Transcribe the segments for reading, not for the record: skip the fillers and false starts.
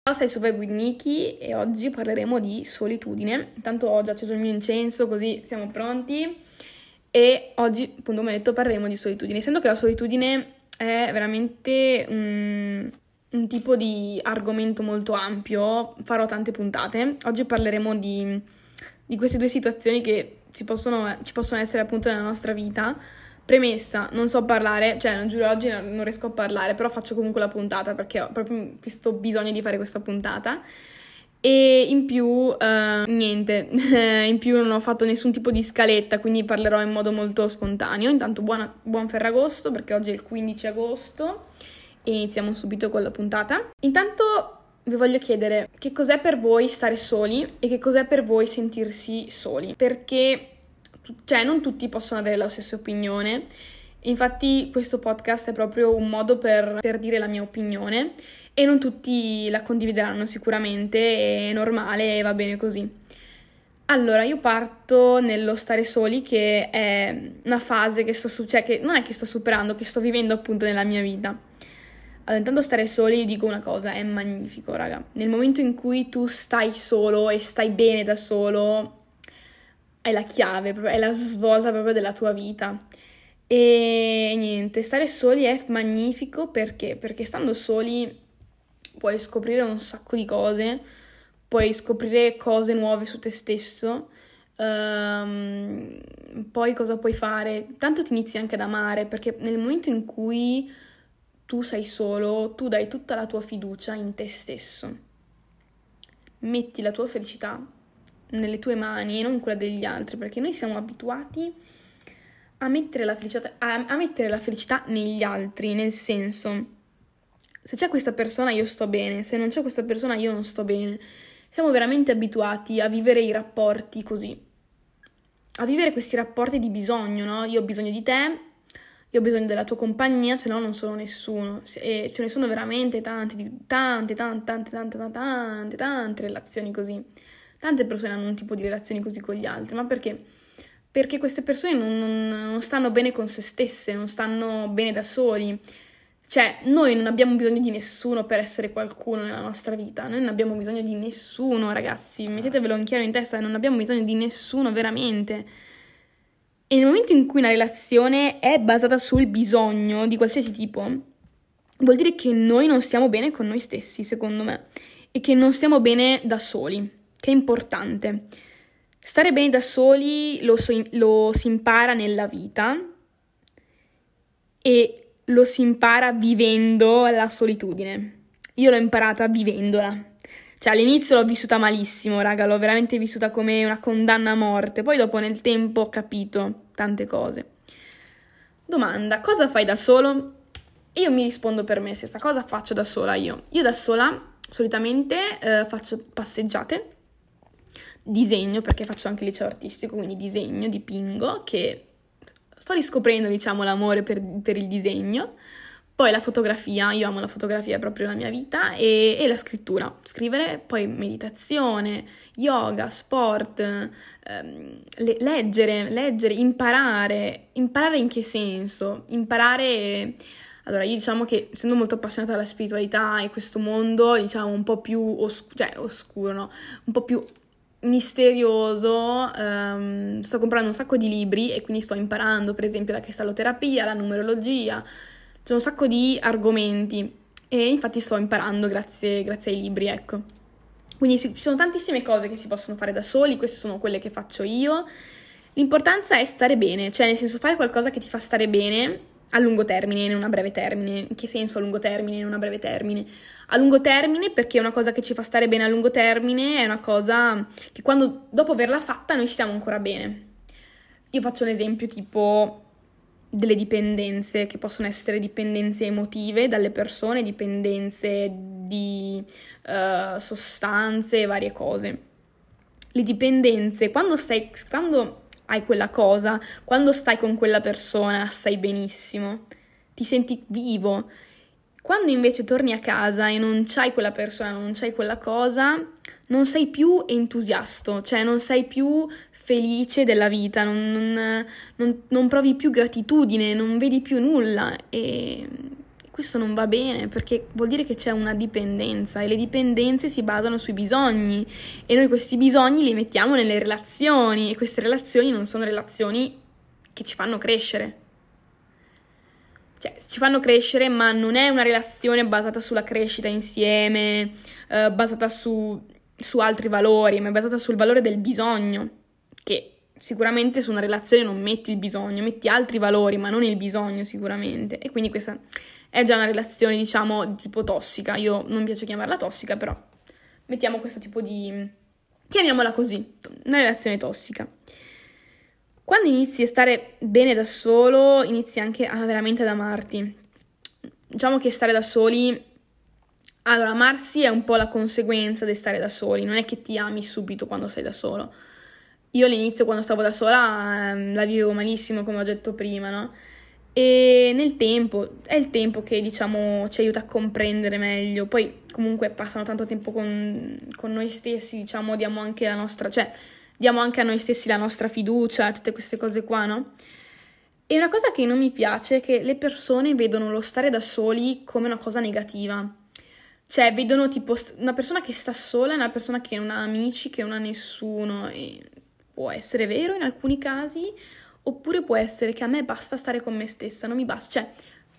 Ciao, sei su Vibe with Nikki e oggi parleremo di solitudine. Intanto ho già acceso il mio incenso, così siamo pronti. E oggi, appunto, come detto, parleremo di solitudine. Essendo che la solitudine è veramente un tipo di argomento molto ampio, farò tante puntate. Oggi parleremo di queste due situazioni che ci possono essere appunto nella nostra vita. Premessa, non so parlare, giuro oggi non riesco a parlare, però faccio comunque la puntata perché ho proprio questo bisogno di fare questa puntata. E in più, niente, in più non ho fatto nessun tipo di scaletta, quindi parlerò in modo molto spontaneo. Intanto buon Ferragosto, perché oggi è il 15 agosto e iniziamo subito con la puntata. Intanto vi voglio chiedere che cos'è per voi stare soli e che cos'è per voi sentirsi soli, perché non tutti possono avere la stessa opinione. Infatti questo podcast è proprio un modo per dire la mia opinione e non tutti la condivideranno sicuramente, è normale e va bene così. Allora, io parto nello stare soli, che è una fase che che non è che sto superando, che sto vivendo appunto nella mia vita. Allora, intanto stare soli, dico una cosa, è magnifico, raga. Nel momento in cui tu stai solo e stai bene da solo, è la chiave, è la svolta proprio della tua vita. E niente, stare soli è magnifico perché stando soli puoi scoprire un sacco di cose, puoi scoprire cose nuove su te stesso, poi cosa puoi fare? Tanto ti inizi anche ad amare, perché nel momento in cui tu sei solo, tu dai tutta la tua fiducia in te stesso. Metti la tua felicità nelle tue mani e non quella degli altri, perché noi siamo abituati a mettere la felicità negli altri, nel senso, se c'è questa persona io sto bene, se non c'è questa persona io non sto bene. Siamo veramente abituati a vivere i rapporti così, a vivere questi rapporti di bisogno, no? Io ho bisogno di te, io ho bisogno della tua compagnia, se no non sono nessuno. E ce ne sono veramente tante relazioni così. Tante persone hanno un tipo di relazioni così con gli altri, ma perché? Perché queste persone non stanno bene con se stesse, non stanno bene da soli. Noi non abbiamo bisogno di nessuno per essere qualcuno nella nostra vita, noi non abbiamo bisogno di nessuno, ragazzi, mettetevelo in chiaro in testa, non abbiamo bisogno di nessuno, veramente. E nel momento in cui una relazione è basata sul bisogno di qualsiasi tipo, vuol dire che noi non stiamo bene con noi stessi, secondo me, e che non stiamo bene da soli, che è importante. Stare bene da soli lo si impara nella vita e lo si impara vivendo la solitudine. Io l'ho imparata vivendola. All'inizio l'ho vissuta malissimo, raga, l'ho veramente vissuta come una condanna a morte. Poi dopo nel tempo ho capito tante cose. Domanda, cosa fai da solo? Io mi rispondo per me stessa, cosa faccio da sola io? Io da sola solitamente faccio passeggiate, disegno, perché faccio anche il liceo artistico, quindi disegno, dipingo, che sto riscoprendo, l'amore per il disegno. Poi la fotografia, io amo la fotografia, è proprio la mia vita, e la scrittura, scrivere, poi meditazione, yoga, sport, leggere, imparare in che senso? Allora io che essendo molto appassionata dalla spiritualità e questo mondo, un po' più oscuro, no? Un po' più misterioso, sto comprando un sacco di libri e quindi sto imparando, per esempio, la cristalloterapia, la numerologia. C'è un sacco di argomenti e infatti sto imparando grazie ai libri, ecco. Quindi ci sono tantissime cose che si possono fare da soli, queste sono quelle che faccio io. L'importanza è stare bene, nel senso fare qualcosa che ti fa stare bene a lungo termine, non a breve termine. In che senso a lungo termine e non a breve termine? A lungo termine perché una cosa che ci fa stare bene a lungo termine è una cosa che dopo averla fatta noi stiamo ancora bene. Io faccio un esempio tipo delle dipendenze, che possono essere dipendenze emotive dalle persone, dipendenze di sostanze e varie cose. Le dipendenze, quando hai quella cosa, quando stai con quella persona, stai benissimo, ti senti vivo. Quando invece torni a casa e non c'hai quella persona, non c'hai quella cosa, non sei più entusiasta, non sei più felice della vita, non provi più gratitudine, non vedi più nulla e questo non va bene, perché vuol dire che c'è una dipendenza e le dipendenze si basano sui bisogni e noi questi bisogni li mettiamo nelle relazioni e queste relazioni non sono relazioni che ci fanno crescere. Cioè, ci fanno crescere, ma non è una relazione basata sulla crescita insieme, basata su altri valori, ma è basata sul valore del bisogno, che sicuramente su una relazione non metti il bisogno, metti altri valori, ma non il bisogno sicuramente. E quindi questa è già una relazione, diciamo, tipo tossica. Io non mi piace chiamarla tossica, però mettiamo questo tipo di... chiamiamola così, una relazione tossica. Quando inizi a stare bene da solo, inizi anche veramente ad amarti. Diciamo che stare da soli... Allora, amarsi è un po' la conseguenza di stare da soli, non è che ti ami subito quando sei da solo. Io all'inizio, quando stavo da sola, la vivevo malissimo, come ho detto prima, no? E nel tempo, è il tempo che, diciamo, ci aiuta a comprendere meglio. Poi, comunque, passano tanto tempo con noi stessi, diciamo, diamo anche la nostra... cioè, diamo anche a noi stessi la nostra fiducia, tutte queste cose qua, no? E una cosa che non mi piace è che le persone vedono lo stare da soli come una cosa negativa. Cioè, vedono tipo una persona che sta sola, una persona che non ha amici, che non ha nessuno. E può essere vero in alcuni casi, oppure può essere che a me basta stare con me stessa, non mi basta. Cioè,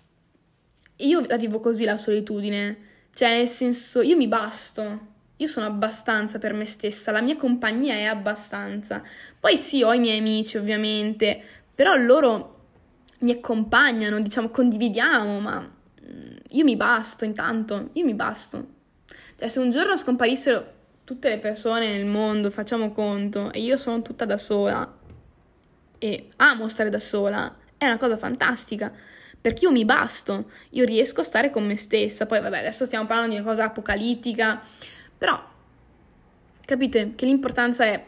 io la vivo così la solitudine. Cioè, nel senso, io mi basto. Io sono abbastanza per me stessa, la mia compagnia è abbastanza. Poi sì, ho i miei amici ovviamente, però loro mi accompagnano, diciamo, condividiamo, ma io mi basto intanto, io mi basto. Cioè, se un giorno scomparissero tutte le persone nel mondo, facciamo conto, e io sono tutta da sola e amo stare da sola, è una cosa fantastica. Perché io mi basto, io riesco a stare con me stessa. Poi vabbè, adesso stiamo parlando di una cosa apocalittica, però capite che l'importanza è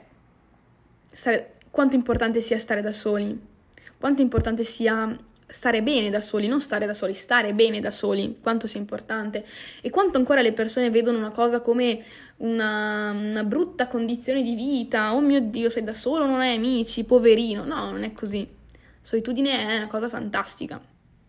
quanto importante sia stare da soli, quanto importante sia stare bene da soli, non stare da soli, stare bene da soli, quanto sia importante e quanto ancora le persone vedono una cosa come una brutta condizione di vita. Oh mio Dio, sei da solo, non hai amici, poverino. No, non è così. Solitudine è una cosa fantastica.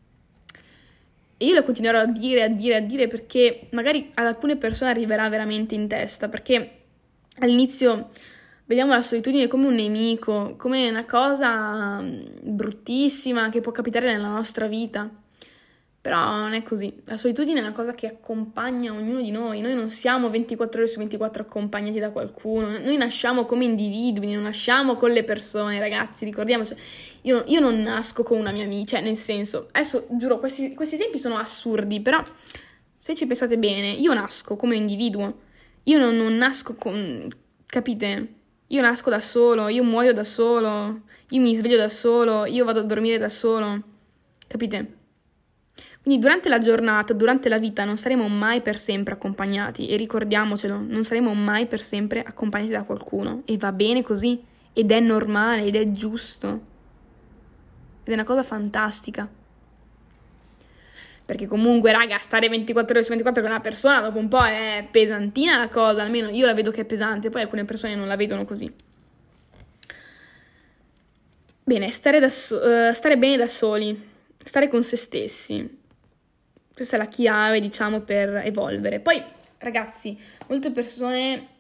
E io lo continuerò a dire perché magari ad alcune persone arriverà veramente in testa, perché all'inizio vediamo la solitudine come un nemico, come una cosa bruttissima che può capitare nella nostra vita. Però non è così. La solitudine è una cosa che accompagna ognuno di noi. Noi non siamo 24 ore su 24 accompagnati da qualcuno. Noi nasciamo come individui, non nasciamo con le persone, ragazzi, ricordiamoci. Io non nasco con una mia amica, cioè nel senso, adesso giuro, questi esempi sono assurdi, però se ci pensate bene, io nasco come individuo. Io non nasco con... capite? Io nasco da solo, io muoio da solo, io mi sveglio da solo, io vado a dormire da solo, capite? Quindi durante la giornata, durante la vita non saremo mai per sempre accompagnati e ricordiamocelo, non saremo mai per sempre accompagnati da qualcuno e va bene così ed è normale ed è giusto ed è una cosa fantastica. Perché comunque, raga, stare 24 ore su 24 con una persona dopo un po' è pesantina la cosa, almeno io la vedo che è pesante, poi alcune persone non la vedono così. Bene, stare bene da soli, stare con se stessi. Questa è la chiave, diciamo, per evolvere. Poi, ragazzi, molte persone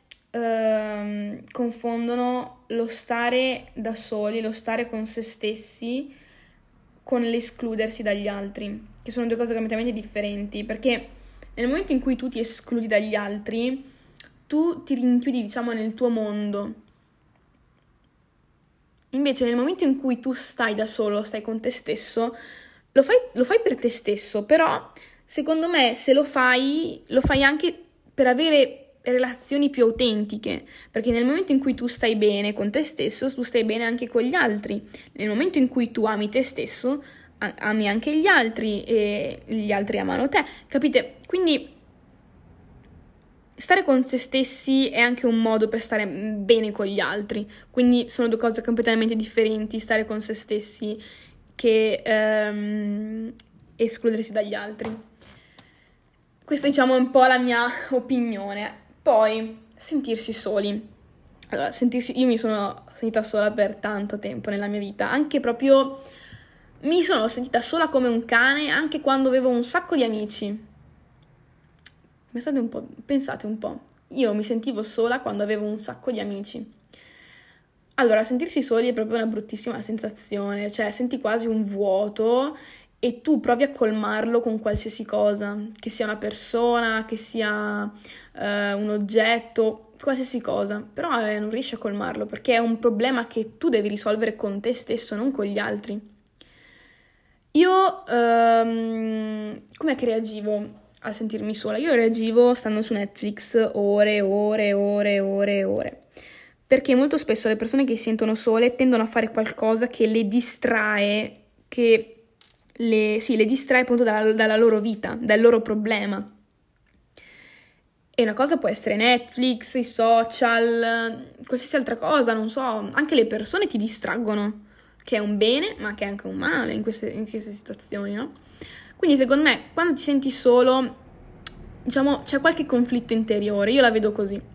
confondono lo stare da soli, lo stare con se stessi, con l'escludersi dagli altri, che sono due cose completamente differenti, perché nel momento in cui tu ti escludi dagli altri, tu ti rinchiudi, diciamo, nel tuo mondo. Invece, nel momento in cui tu stai da solo, stai con te stesso, lo fai per te stesso, però secondo me se lo fai anche per avere relazioni più autentiche, perché nel momento in cui tu stai bene con te stesso, tu stai bene anche con gli altri. Nel momento in cui tu ami te stesso, ami anche gli altri e gli altri amano te, capite? Quindi stare con se stessi è anche un modo per stare bene con gli altri, quindi sono due cose completamente differenti, stare con se stessi che escludersi dagli altri. Questa, diciamo, è un po' la mia opinione. Poi, sentirsi soli. Allora, io mi sono sentita sola per tanto tempo nella mia vita, anche proprio mi sono sentita sola come un cane anche quando avevo un sacco di amici. Pensate un po'. Io mi sentivo sola quando avevo un sacco di amici. Allora, sentirsi soli è proprio una bruttissima sensazione, cioè senti quasi un vuoto e tu provi a colmarlo con qualsiasi cosa, che sia una persona, che sia un oggetto, qualsiasi cosa, però non riesci a colmarlo perché è un problema che tu devi risolvere con te stesso, non con gli altri. Io, com'è che reagivo a sentirmi sola? Io reagivo stando su Netflix ore e ore e ore e ore e ore. Perché molto spesso le persone che si sentono sole tendono a fare qualcosa che le distrae, le distrae appunto dalla loro vita, dal loro problema. E una cosa può essere Netflix, i social, qualsiasi altra cosa, non so, anche le persone ti distraggono, che è un bene, ma che è anche un male in queste situazioni, no? Quindi secondo me, quando ti senti solo, diciamo, c'è qualche conflitto interiore, io la vedo così.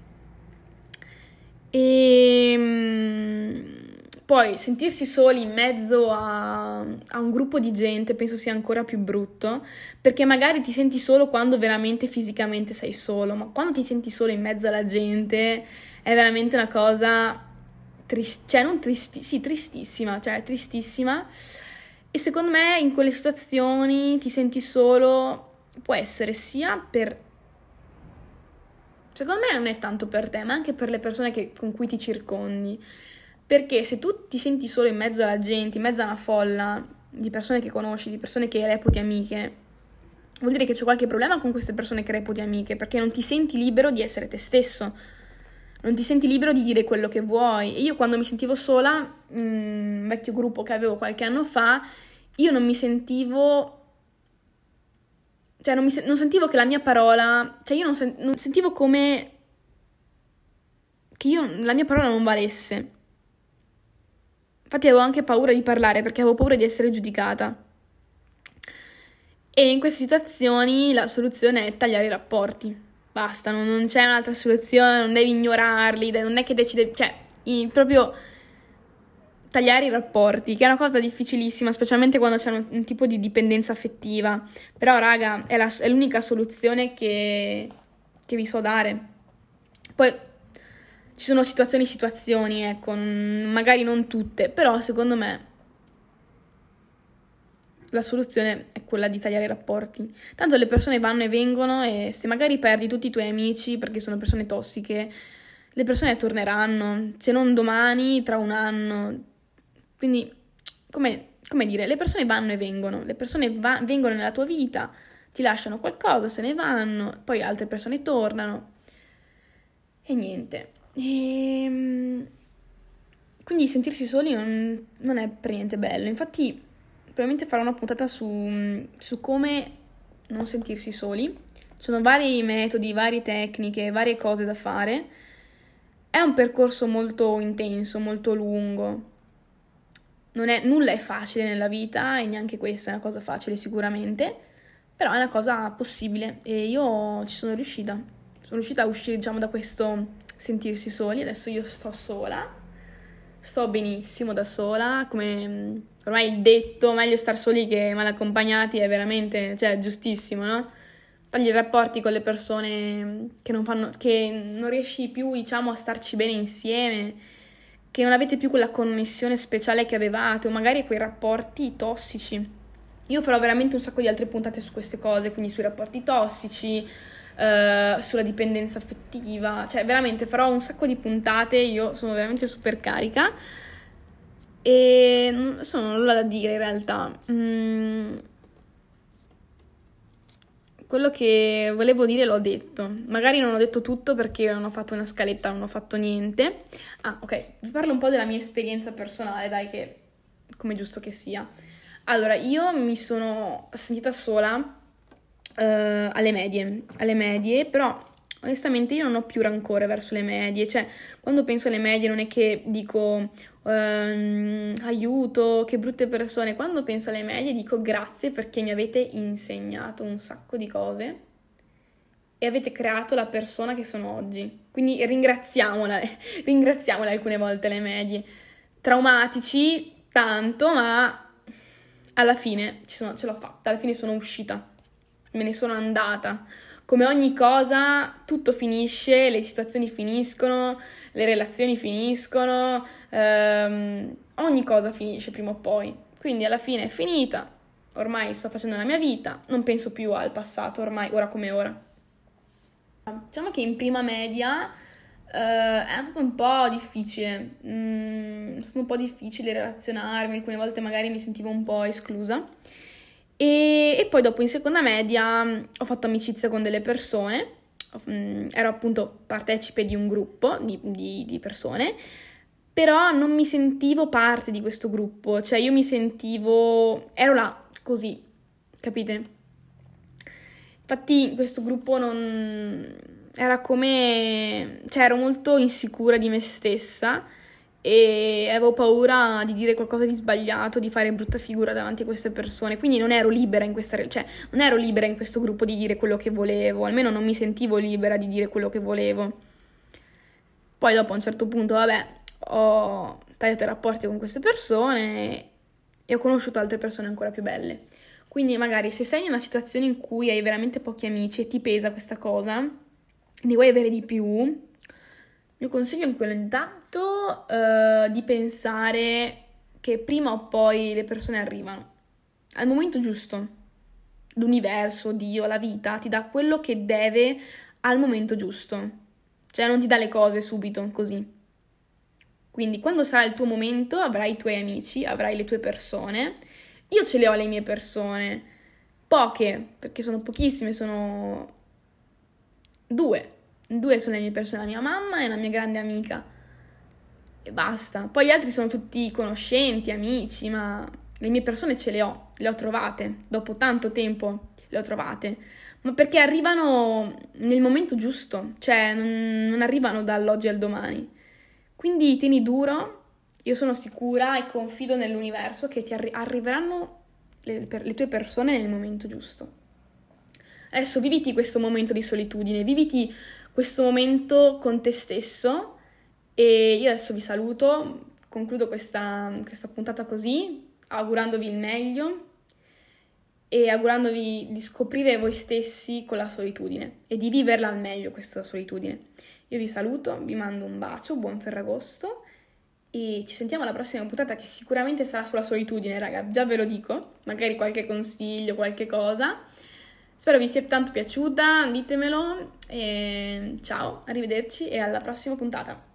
E poi sentirsi soli in mezzo a un gruppo di gente penso sia ancora più brutto, perché magari ti senti solo quando veramente fisicamente sei solo, ma quando ti senti solo in mezzo alla gente è veramente una cosa tristissima, cioè tristissima. E secondo me in quelle situazioni ti senti solo, può essere sia per... Secondo me non è tanto per te, ma anche per le persone con cui ti circondi. Perché se tu ti senti solo in mezzo alla gente, in mezzo a una folla di persone che conosci, di persone che reputi amiche, vuol dire che c'è qualche problema con queste persone che reputi amiche, perché non ti senti libero di essere te stesso, non ti senti libero di dire quello che vuoi. E io quando mi sentivo sola, un vecchio gruppo che avevo qualche anno fa, io non mi sentivo... Cioè non sentivo che la mia parola... Cioè io non sentivo come... che la mia parola non valesse. Infatti avevo anche paura di parlare perché avevo paura di essere giudicata. E in queste situazioni la soluzione è tagliare i rapporti. Basta, non c'è un'altra soluzione, non devi ignorarli, non è che decide... Cioè, proprio tagliare i rapporti, che è una cosa difficilissima, specialmente quando c'è un tipo di dipendenza affettiva. Però, raga, è l'unica soluzione che vi so dare. Poi ci sono situazioni, ecco, magari non tutte, però secondo me la soluzione è quella di tagliare i rapporti. Tanto le persone vanno e vengono e se magari perdi tutti i tuoi amici perché sono persone tossiche, le persone torneranno, se non domani, tra un anno. Quindi, come dire, le persone vanno e vengono, le persone vengono nella tua vita, ti lasciano qualcosa, se ne vanno, poi altre persone tornano e niente. Quindi sentirsi soli non è per niente bello. Infatti, probabilmente farò una puntata su come non sentirsi soli. Ci sono vari metodi, varie tecniche, varie cose da fare. È un percorso molto intenso, molto lungo. Nulla è facile nella vita e neanche questa è una cosa facile sicuramente, però è una cosa possibile e io ci sono riuscita. Sono riuscita a uscire, diciamo, da questo sentirsi soli. Adesso io sto sola, sto benissimo da sola, come ormai il detto, meglio star soli che mal accompagnati è veramente, cioè, giustissimo, no? Togli i rapporti con le persone che non riesci più, diciamo, a starci bene insieme, che non avete più quella connessione speciale che avevate, o magari quei rapporti tossici. Io farò veramente un sacco di altre puntate su queste cose, quindi sui rapporti tossici, sulla dipendenza affettiva, cioè veramente farò un sacco di puntate, io sono veramente super carica e non ho nulla da dire in realtà. Quello che volevo dire l'ho detto. Magari non ho detto tutto perché non ho fatto una scaletta, non ho fatto niente. Ah, ok, vi parlo un po' della mia esperienza personale, dai, che come giusto che sia. Allora, io mi sono sentita sola alle medie, però onestamente io non ho più rancore verso le medie, cioè quando penso alle medie non è che dico aiuto, che brutte persone. Quando penso alle medie dico grazie perché mi avete insegnato un sacco di cose e avete creato la persona che sono oggi, quindi ringraziamole alcune volte le medie. Traumatici tanto, ma alla fine ce l'ho fatta, alla fine sono uscita, me ne sono andata. Come ogni cosa, tutto finisce, le situazioni finiscono, le relazioni finiscono, ogni cosa finisce prima o poi. Quindi alla fine è finita, ormai sto facendo la mia vita, non penso più al passato, ormai, ora come ora. Diciamo che in prima media è stato un po' difficile, è stato un po' difficile relazionarmi, alcune volte magari mi sentivo un po' esclusa. E poi dopo in seconda media ho fatto amicizia con delle persone, ero appunto partecipe di un gruppo di persone, però non mi sentivo parte di questo gruppo, cioè io mi sentivo, ero là così, capite? Infatti questo gruppo non era come, cioè ero molto insicura di me stessa e avevo paura di dire qualcosa di sbagliato, di fare brutta figura davanti a queste persone, quindi non ero libera in cioè non ero libera in questo gruppo di dire quello che volevo, almeno non mi sentivo libera di dire quello che volevo. Poi dopo a un certo punto, vabbè, ho tagliato i rapporti con queste persone e ho conosciuto altre persone ancora più belle. Quindi magari se sei in una situazione in cui hai veramente pochi amici e ti pesa questa cosa, ne vuoi avere di più, il mio consiglio è quello intanto di pensare che prima o poi le persone arrivano. Al momento giusto, l'universo, Dio, la vita ti dà quello che deve al momento giusto. Cioè non ti dà le cose subito, così. Quindi quando sarà il tuo momento avrai i tuoi amici, avrai le tue persone. Io ce le ho le mie persone, poche, perché sono pochissime, sono due. Due sono le mie persone, la mia mamma e la mia grande amica. E basta. Poi gli altri sono tutti conoscenti, amici, ma le mie persone ce le ho trovate. Dopo tanto tempo le ho trovate. Ma perché arrivano nel momento giusto, cioè non arrivano dall'oggi al domani. Quindi tieni duro, io sono sicura e confido nell'universo che ti arriveranno le tue persone nel momento giusto. Adesso viviti questo momento di solitudine, viviti questo momento con te stesso e io adesso vi saluto, concludo questa puntata così, augurandovi il meglio e augurandovi di scoprire voi stessi con la solitudine e di viverla al meglio questa solitudine. Io vi saluto, vi mando un bacio, buon Ferragosto e ci sentiamo alla prossima puntata che sicuramente sarà sulla solitudine, raga, già ve lo dico, magari qualche consiglio, qualche cosa. Spero vi sia tanto piaciuta, ditemelo e ciao, arrivederci e alla prossima puntata.